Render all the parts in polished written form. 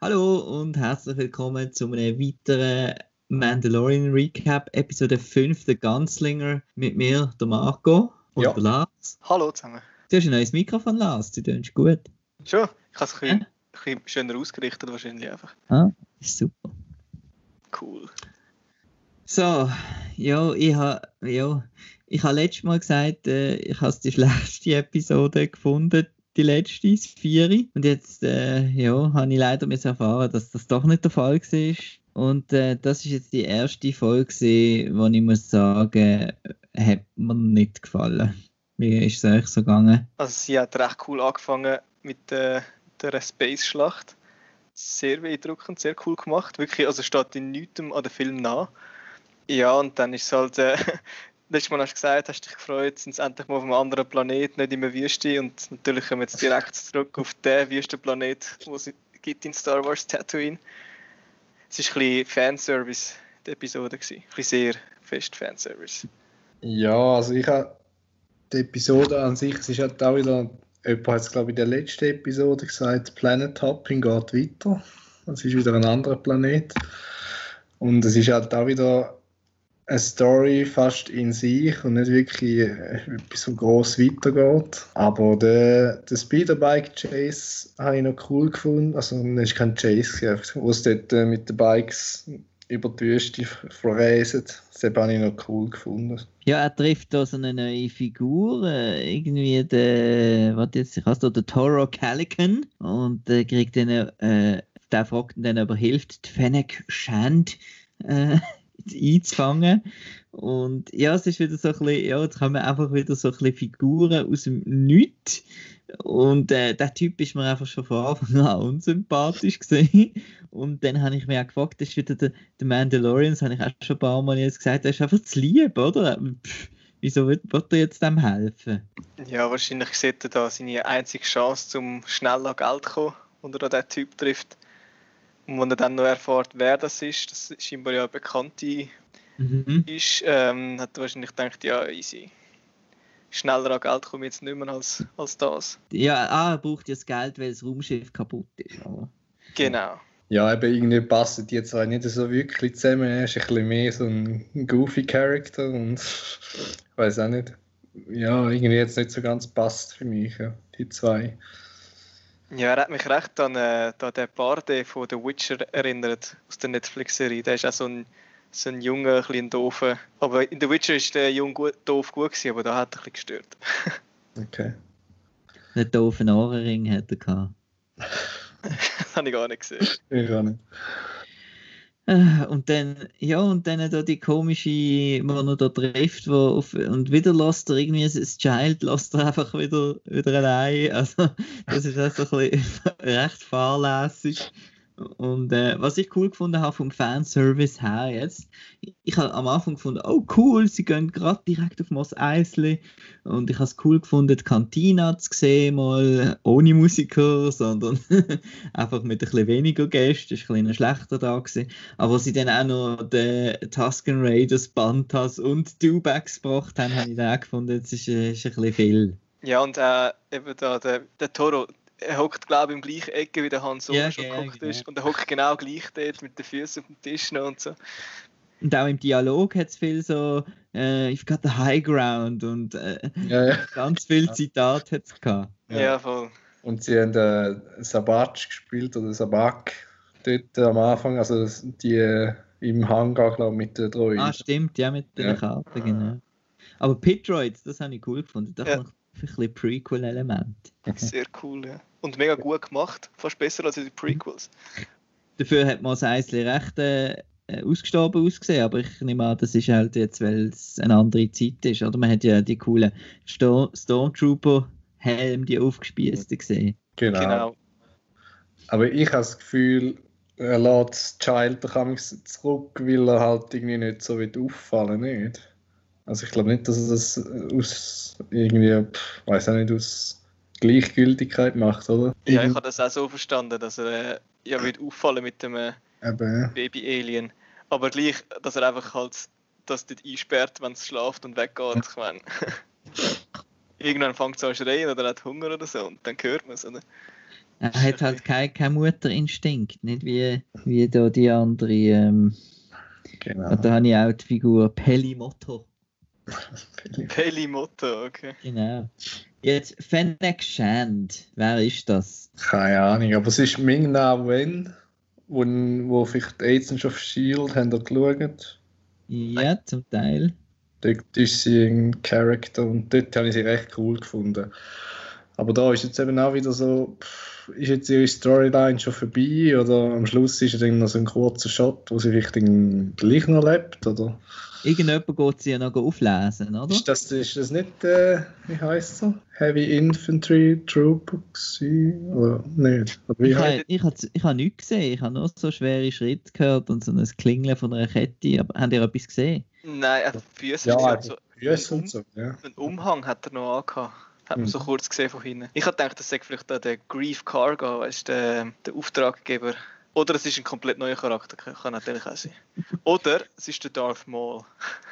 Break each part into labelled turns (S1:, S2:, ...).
S1: Hallo und herzlich willkommen zu einem weiteren Mandalorian Recap, Episode 5, der Ganzlinger, mit mir, der Marco und
S2: Ja.
S1: der Lars.
S3: Hallo zusammen.
S1: Du hast ein neues Mikrofon, Lars, du tönst gut.
S3: Schon? Ich habe es
S1: Ja?
S3: ein bisschen schöner ausgerichtet wahrscheinlich einfach.
S1: Ah, ist super.
S3: Cool.
S1: So, ich habe letztes Mal gesagt, ich habe die schlechteste Episode gefunden, die letzte, das 4. Und jetzt habe ich leider erfahren, dass das doch nicht der Fall war. Und das ist jetzt die erste Folge, wo ich muss sagen, hat mir nicht gefallen. Wie ist es euch so gegangen?
S3: Also sie hat recht cool angefangen mit der Space-Schlacht. Sehr beeindruckend, sehr cool gemacht. Wirklich, also steht in nichts an den Film nach. Ja, und dann ist es halt, letztes Mal hast du gesagt, hast dich gefreut, sind sie endlich mal auf einem anderen Planet, nicht in einer Wüste. Und natürlich kommen wir jetzt direkt zurück auf den Wüstenplanet, wo es gibt in Star Wars Tatooine. Es war ein bisschen Fanservice, die Episode. Ein bisschen sehr fest Fanservice.
S2: Ja, also ich habe die Episode an sich, es ist halt auch wieder, jemand hat es glaube ich in der letzten Episode gesagt, Planet Hopping geht weiter. Es ist wieder ein anderer Planet. Und es ist halt auch wieder eine Story fast in sich und nicht wirklich etwas, so gross weitergeht. Aber der Speederbike Chase habe ich noch cool gefunden. Also es war kein Chase, wo es dort mit den Bikes über die Wüste verreisen. Das habe ich noch cool gefunden.
S1: Ja, er trifft da so eine neue Figur, irgendwie der Toro Calican, und kriegt dann, der fragt ihn dann, ob er hilft, die Fennec Shand einzufangen. Und ja, es ist wieder so ein bisschen, ja, jetzt kommen einfach wieder so ein bisschen Figuren aus dem Nichts. Und der Typ ist mir einfach schon von Anfang an unsympathisch gewesen. Und dann habe ich mir auch gefragt, das ist wieder der Mandalorian, das habe ich auch schon ein paar Mal jetzt gesagt, der ist einfach zu lieb, oder? Wieso wird er jetzt dem helfen?
S3: Ja, wahrscheinlich sieht er da seine einzige Chance, um schnell an Geld zu kommen, und er diesen Typ trifft. Und wenn er dann noch erfährt, wer das ist scheinbar ja eine Bekannte ist, hat er wahrscheinlich gedacht, ja, easy. Schneller an Geld komme ich jetzt nicht mehr als das.
S1: Ja, er braucht ja das Geld, weil das Raumschiff kaputt ist. Aber...
S3: Genau.
S2: Ja, eben irgendwie passen die zwei nicht so wirklich zusammen. Er ist ein bisschen mehr so ein goofy Charakter und ich weiß auch nicht. Ja, irgendwie jetzt nicht so ganz passt für mich, ja, die zwei.
S3: Ja, er hat mich recht an den Barde von The Witcher erinnert, aus der Netflix-Serie. Der ist auch so ein junger, ein bisschen doofer. Aber in The Witcher ist der Jung doof gut gewesen, aber da hat er ein bisschen gestört.
S2: Okay.
S1: Einen doofen Ohrenring hat er gehabt.
S3: Das habe ich gar nicht gesehen.
S2: Ich auch nicht.
S1: Und dann da die komische, die er da trifft, und wieder lässt er irgendwie das Child lässt er einfach wieder allein. Also, das ist auch so ein bisschen recht fahrlässig. Und was ich cool gefunden habe vom Fanservice her jetzt, ich habe am Anfang gefunden, oh cool, sie gehen gerade direkt auf Mos Eisley, und ich habe es cool gefunden, die Cantina zu sehen, mal ohne Musiker, sondern einfach mit ein bisschen weniger Gästen, ist ein bisschen schlechter da gewesen. Aber als sie dann auch noch den Tusken Raiders, Bantas und Dewbacks gebracht haben, habe ich dann auch gefunden, es ist ein bisschen viel.
S3: Ja, und eben da der Toro, er hockt, glaube ich, im gleichen Ecke, wie der Han Solo schon gehockt ist. Und er hockt genau gleich dort mit den Füßen auf dem Tisch noch und so.
S1: Und auch im Dialog hat es viel so, I've got the high ground, und ganz viel Zitat hat es gehabt.
S3: Ja, voll.
S2: Und sie haben Sabach gespielt, oder Sabak, dort am Anfang, also die im Hangar, glaube ich, mit den Droiden.
S1: Ah, stimmt, ja, mit den Karten, genau. Aber Pit-Droids, das habe ich cool gefunden. Das macht ein bisschen Prequel-Element.
S3: Sehr cool, ja. Und mega gut gemacht. Fast besser als in den Prequels.
S1: Dafür hat Mos Eisley recht ausgestorben ausgesehen, aber ich nehme an, das ist halt jetzt, weil es eine andere Zeit ist. Oder man hat ja die coolen Stormtrooper-Helme, die aufgespießten gesehen.
S2: Genau. Aber ich habe das Gefühl, er lässt das Child zurück, weil er halt irgendwie nicht so auffallen will, nicht? Also ich glaube nicht, dass er das aus irgendwie, weiß auch nicht, aus Gleichgültigkeit macht, oder?
S3: Ja, ich habe das auch so verstanden, dass er wird auffallen mit dem Baby-Alien. Aber gleich, dass er einfach halt das dort einsperrt, wenn es schläft und weggeht. Ich meine, irgendwann fängt es an zu schreien oder hat Hunger oder so, und dann hört man es, oder?
S1: Er hat halt keinen Mutterinstinkt, nicht wie da die andere.
S2: Genau.
S1: Und da habe ich auch die Figur Pelimoto.
S3: Pelimoto, okay.
S1: Genau. Jetzt Fennec Shand, wer ist das?
S2: Keine Ahnung, aber es ist Ming-Na Wen, wo vielleicht Agents of S.H.I.E.L.D. haben da geschaut.
S1: Ja, zum Teil.
S2: Dort ist sie ein Charakter und dort habe ich sie recht cool gefunden. Aber da ist jetzt eben auch wieder so, ist jetzt ihre Storyline schon vorbei oder am Schluss ist es dann noch so ein kurzer Shot, wo sie vielleicht gleich noch lebt, oder?
S1: Irgendjemand geht sie ja noch auflesen, oder?
S2: Ist das nicht, wie heisst er? Heavy Infantry Trooper gewesen? Oder nicht? Oder wie heißt
S1: Ich habe nichts gesehen, ich habe nur so schwere Schritte gehört und so ein Klingeln von einer Kette. Aber habt ihr etwas gesehen?
S3: Nein, Füße
S2: Ja,
S3: so.
S2: Füße und so, ja.
S3: Einen Umhang hat er noch angehabt. Hat man so kurz gesehen von hinten. Ich habe gedacht, das sei vielleicht der Grief Karga, weißt du, der Auftraggeber. Oder es ist ein komplett neuer Charakter, kann natürlich auch sein. Oder es ist der Darth Maul.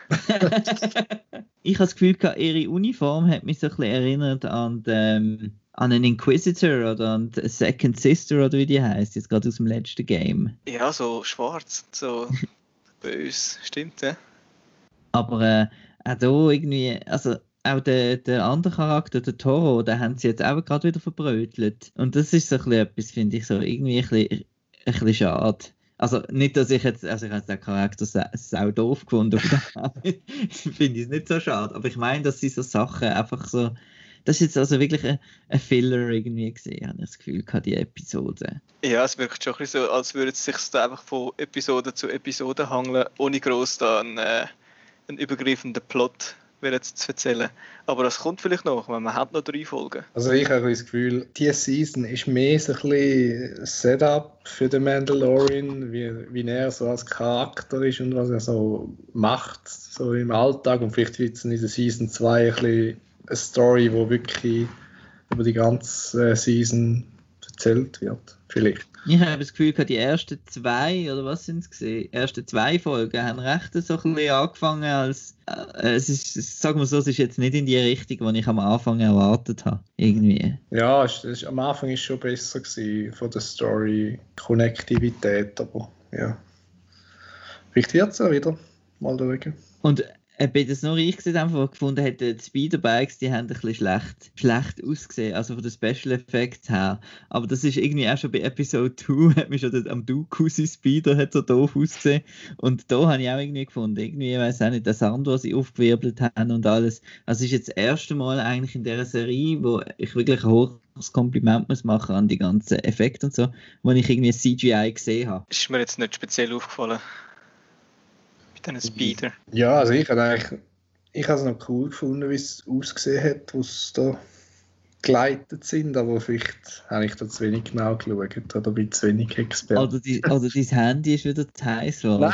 S1: Ich habe das Gefühl, ihre Uniform hat mich so ein bisschen erinnert an einen Inquisitor oder an die Second Sister oder wie die heißt, jetzt gerade aus dem letzten Game.
S3: Ja, so schwarz, so böse, stimmt, ja.
S1: Aber auch da irgendwie, also auch der andere Charakter, der Toro, den haben sie jetzt auch gerade wieder verbrötelt. Und das ist so ein bisschen etwas, finde ich, so irgendwie ein bisschen schade. Also nicht, dass ich jetzt, also ich habe den Charakter sau doof gefunden, finde ich es nicht so schade. Aber ich meine, dass sie so Sachen einfach so, das ist jetzt also wirklich ein Filler irgendwie gesehen, habe ich das Gefühl gehabt, die Episode.
S3: Ja, es wirkt schon ein bisschen so, als würde es sich da einfach von Episode zu Episode hangeln, ohne gross da einen übergreifenden Plot zu erzählen. Aber das kommt vielleicht noch, weil man hat noch 3 Folgen.
S2: Also ich habe das Gefühl, diese Season ist mehr so ein bisschen Setup für den Mandalorian, wie er so als Charakter ist und was er so macht, so im Alltag. Und vielleicht wird es in der Season 2 ein bisschen eine Story, die wirklich über die ganze Season erzählt wird. Vielleicht.
S1: Ich habe das Gefühl, die ersten 2, oder was sind es gesehen? Die ersten 2 Folgen haben recht so ein bisschen angefangen als, es ist, sagen wir so, es ist jetzt nicht in die Richtung, die ich am Anfang erwartet habe, irgendwie.
S2: Ja, am Anfang war es schon besser gewesen, von der Story, Konnektivität, aber ja. Vielleicht wird es ja wieder, mal schauen.
S1: Und bei der Snorri, ich einfach gefunden hätte, die Speederbikes, die haben ein bisschen schlecht ausgesehen, also von den Special Effects her. Aber das ist irgendwie auch schon bei Episode 2, hat mich schon am Dooku sein Speeder hat so doof ausgesehen. Und da habe ich auch irgendwie gefunden, irgendwie, ich weiß auch nicht, der Sand, den sie aufgewirbelt haben und alles. Also es ist jetzt das erste Mal eigentlich in dieser Serie, wo ich wirklich ein hohes Kompliment muss machen an die ganzen Effekte und so, wo ich irgendwie CGI gesehen habe.
S3: Ist mir jetzt nicht speziell aufgefallen. Mit diesen Speeder.
S2: Ja, also ich habe es noch cool gefunden, wie es ausgesehen hat, wo es da geleitet sind, aber vielleicht habe ich da zu wenig genau geschaut oder bin zu wenig Experte.
S1: Oder dein Handy ist wieder zu heiß geworden.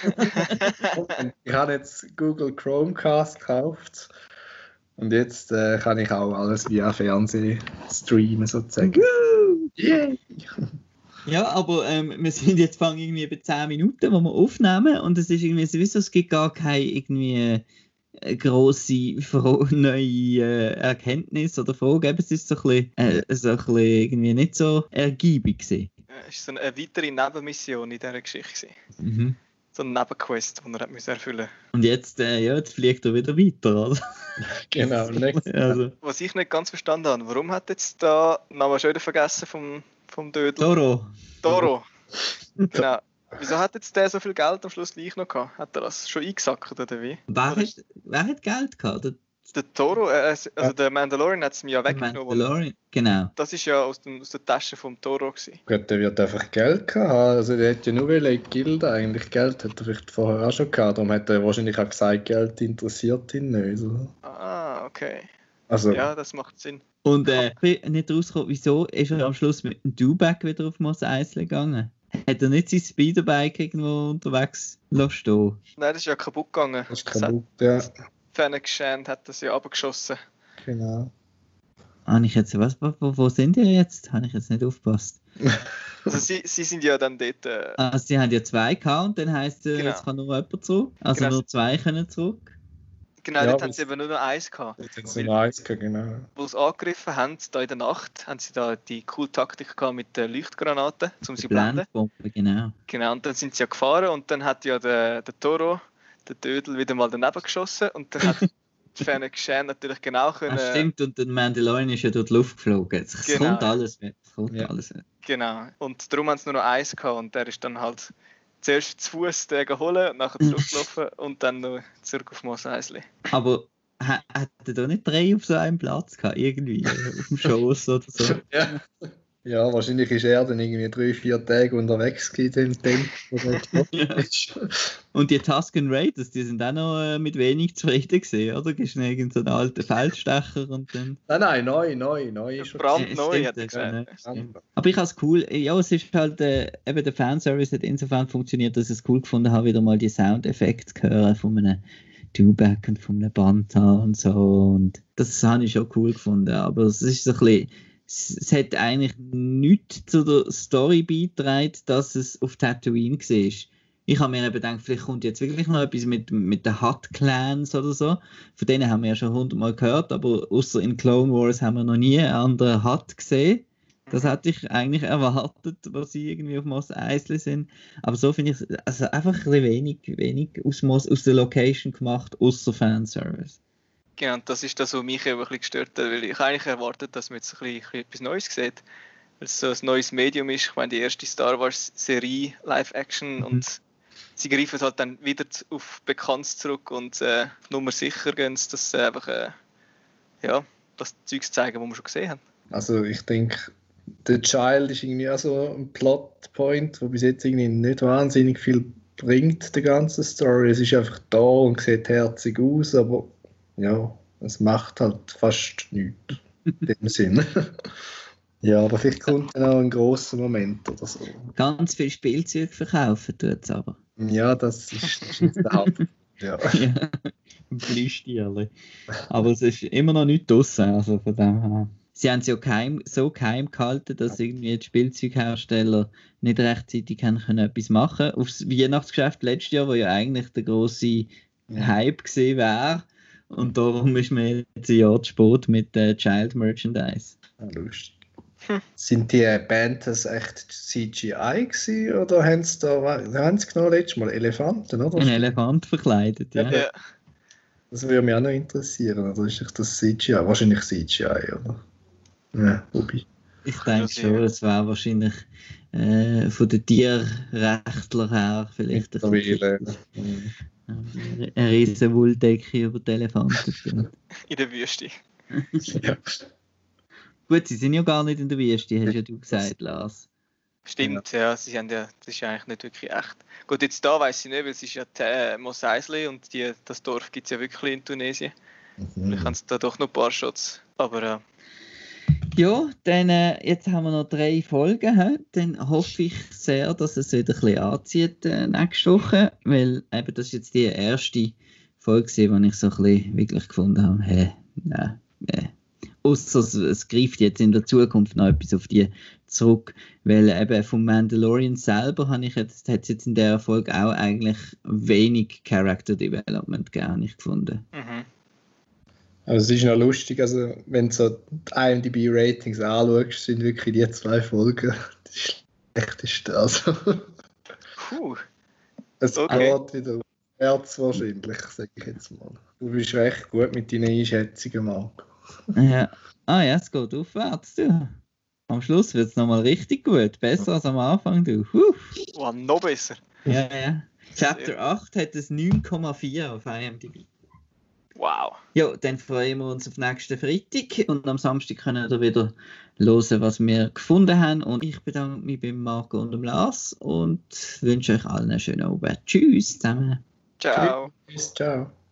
S2: Nein! Ich habe jetzt Google Chromecast gekauft und jetzt kann ich auch alles via Fernsehen streamen sozusagen.
S1: Yeah. Ja, aber wir sind jetzt irgendwie bei 10 Minuten, wo wir aufnehmen und es ist irgendwie sowieso, es gibt gar keine irgendwie grosse neue Erkenntnis oder Frage. Es ist so ein bisschen irgendwie nicht so ergiebig gewesen.
S3: Es war so eine weitere Nebenmission in dieser Geschichte.
S1: Mhm.
S3: So eine Nebenquest, die er erfüllen musste.
S1: Und jetzt fliegt er wieder weiter, oder?
S2: Genau,
S1: also.
S3: Was ich nicht ganz verstanden habe, warum hat jetzt da, Namen schon wieder vergessen vom Dödel? Toro. Genau. Wieso hat jetzt der so viel Geld am Schluss gleich noch gehabt? Hat er das schon eingesackt oder wie?
S1: Wer hat Geld gehabt?
S3: Der Toro, also der Mandalorian hat es mir ja weggenommen.
S1: Mandalorian, genau.
S3: Das war ja aus der Tasche vom Toro gewesen.
S2: Gut, der wird einfach Geld gehabt haben. Also der hat ja nur in Gilde eigentlich. Geld hat er vielleicht vorher auch schon gehabt. Darum hat er wahrscheinlich auch gesagt, Geld interessiert ihn nicht. Oder?
S3: Ah, okay.
S2: Also,
S3: ja, das macht Sinn.
S1: Und ich bin nicht rausgekommen, wieso ist er am Schluss mit dem Dewback wieder auf Mos Eisley gegangen? Hat er nicht sein Speederbike irgendwo unterwegs stehen?
S3: Nein, das ist ja kaputt gegangen.
S2: das ist kaputt, ja.
S3: Fennec Shand hat das ja abgeschossen.
S2: Genau.
S1: Habe ich jetzt, wo sind die jetzt? Habe ich jetzt nicht aufgepasst.
S3: Also sie sind ja dann dort...
S1: Sie haben ja 2 gehabt und dann heisst es,
S3: Genau.
S1: jetzt kann nur jemand zurück. Also
S3: Genau.
S1: nur 2 können zurück.
S3: Genau,
S2: Ja,
S3: dort haben
S2: was-
S3: sie eben nur noch eins gehabt.
S2: Jetzt haben sie noch eins gehabt, genau.
S3: Wo sie angegriffen haben, da in der Nacht, haben sie da die coole Taktik gehabt mit den Leuchtgranaten, um sie zu blenden.
S1: Blendbombe, genau.
S3: Genau, und dann sind sie ja gefahren und dann hat ja der Toro, der Dödel, wieder mal daneben geschossen und dann hat Fennec Shan natürlich genau können...
S1: Stimmt, und der Mandalorian ist ja durch die Luft geflogen. Es
S3: Genau,
S1: kommt
S3: ja.
S1: alles mit. Es kommt
S2: Ja.
S1: alles mit.
S3: Genau, und darum haben sie nur noch eins gehabt und der ist dann halt zuerst zu Fuß holen, nachher zurückgelaufen und dann noch zurück auf Mos Eisley.
S1: Aber hat er da nicht 3 auf so einem Platz gehabt? Irgendwie auf dem Schoss oder so?
S2: Ja. Ja, wahrscheinlich ist er dann irgendwie 3-4 Tage unterwegs gewesen, dem
S1: Und die Tusken Raiders, die sind auch noch mit wenig zufrieden gewesen, oder? Gibst du irgendeinen alten Feldstecher und dann...
S2: Nein, neu ist er.
S3: Brandneu,
S1: Ja,
S3: hat er
S1: stimmt,
S3: gesagt.
S1: ja, stimmt. Aber ich habe es cool, ja, es ist halt, eben der Fanservice hat insofern funktioniert, dass ich es cool gefunden habe, wieder mal die Soundeffekte zu hören von einem Dewback und von einem Banta und so, und das habe ich schon cool gefunden, aber es ist so ein bisschen, es hat eigentlich nichts zu der Story beigetragen, dass es auf Tatooine war. Ich habe mir eben gedacht, vielleicht kommt jetzt wirklich noch etwas mit den Hutt-Clans oder so. Von denen haben wir ja schon 100-mal gehört, aber außer in Clone Wars haben wir noch nie einen anderen Hutt gesehen. Das hätte ich eigentlich erwartet, was sie irgendwie auf Mos Eisley sind. Aber so finde ich es also einfach ein bisschen wenig aus der Location gemacht, außer Fanservice.
S3: Genau, und das ist das, was mich eben ein bisschen gestört hat, weil ich eigentlich erwartet, dass man jetzt ein bisschen etwas Neues sieht. Weil es so ein neues Medium ist. Ich meine, die erste Star Wars-Serie, Live-Action, und sie greifen halt dann wieder auf Bekanntes zurück und Nummer sicher gehen sie, dass sie einfach das Zeugs zeigen, was wir schon gesehen haben.
S2: Also ich denke, The Child ist irgendwie auch so ein Plotpoint, der bis jetzt irgendwie nicht wahnsinnig viel bringt, der ganzen Story. Es ist einfach da und sieht herzig aus, aber ja, es macht halt fast nichts in dem Sinn. Ja, aber vielleicht kommt dann auch ein grosser Moment oder so.
S1: Ganz viel Spielzeug verkaufen tut es aber.
S2: Ja, das ist der Haupt. Ja.
S1: Ja, Plüschtierli. Aber es ist immer noch nicht draussen, also von dem her. Sie haben es ja so geheim gehalten, dass irgendwie die Spielzeughersteller nicht rechtzeitig haben können etwas machen. Aufs Weihnachtsgeschäft letztes Jahr, wo ja eigentlich der grosse Hype gewesen wäre. Und darum ist man jetzt ein Jahr zu spät mit Child Merchandise.
S2: Ah, lustig. Sind die Bantas echt CGI gewesen, oder haben sie genau letztes Mal Elefanten, oder?
S1: Ein Elefant verkleidet, ja.
S3: Ja.
S2: Das würde mich auch noch interessieren, oder ist das CGI? Wahrscheinlich CGI, oder? Ja, wobei.
S1: Ich denke schon, es wäre wahrscheinlich von den Tierrechtlern her vielleicht eine riesen Wolldecke über die Elefanten.
S3: In der Wüste.
S2: Ja.
S1: Gut, sie sind ja gar nicht in der Wüste, hast ja du gesagt, Lars.
S3: Stimmt, ja, sie haben ja, das ist ja eigentlich nicht wirklich echt. Gut, jetzt da weiss ich nicht, weil es ist ja Mos Eisley und das Dorf gibt es ja wirklich in Tunesien. Vielleicht haben sie da doch noch ein paar Shots, aber
S1: Ja, dann jetzt haben wir noch 3 Folgen. Dann hoffe ich sehr, dass es wieder ein bisschen anzieht nächste Woche, weil eben das ist jetzt die erste Folge, die ich so ein bisschen wirklich gefunden habe. Nein. Ausser es greift jetzt in der Zukunft noch etwas auf die zurück, weil eben vom Mandalorian selber hat es jetzt in der Folge auch eigentlich wenig Character Development gegeben, ich gefunden.
S2: Also es ist noch lustig, also wenn du so die IMDb-Ratings anschaust, sind wirklich die 2 Folgen die schlechtesten. Also es geht wieder aufwärts wahrscheinlich, sage ich jetzt mal. Du bist recht gut mit deinen Einschätzungen, Marco.
S1: Ja. Ah ja, es geht aufwärts, du. Am Schluss wird es nochmal richtig gut. Besser als am Anfang, du.
S3: oh, noch besser.
S1: Ja. Chapter 8 hat es 9,4 auf IMDb.
S3: Wow.
S1: Ja, dann freuen wir uns auf nächsten Freitag und am Samstag können wir wieder hören, was wir gefunden haben. Und ich bedanke mich beim Marco und dem Lars und wünsche euch allen einen schönen Abend. Tschüss zusammen.
S3: Ciao.
S2: Tschüss, ciao.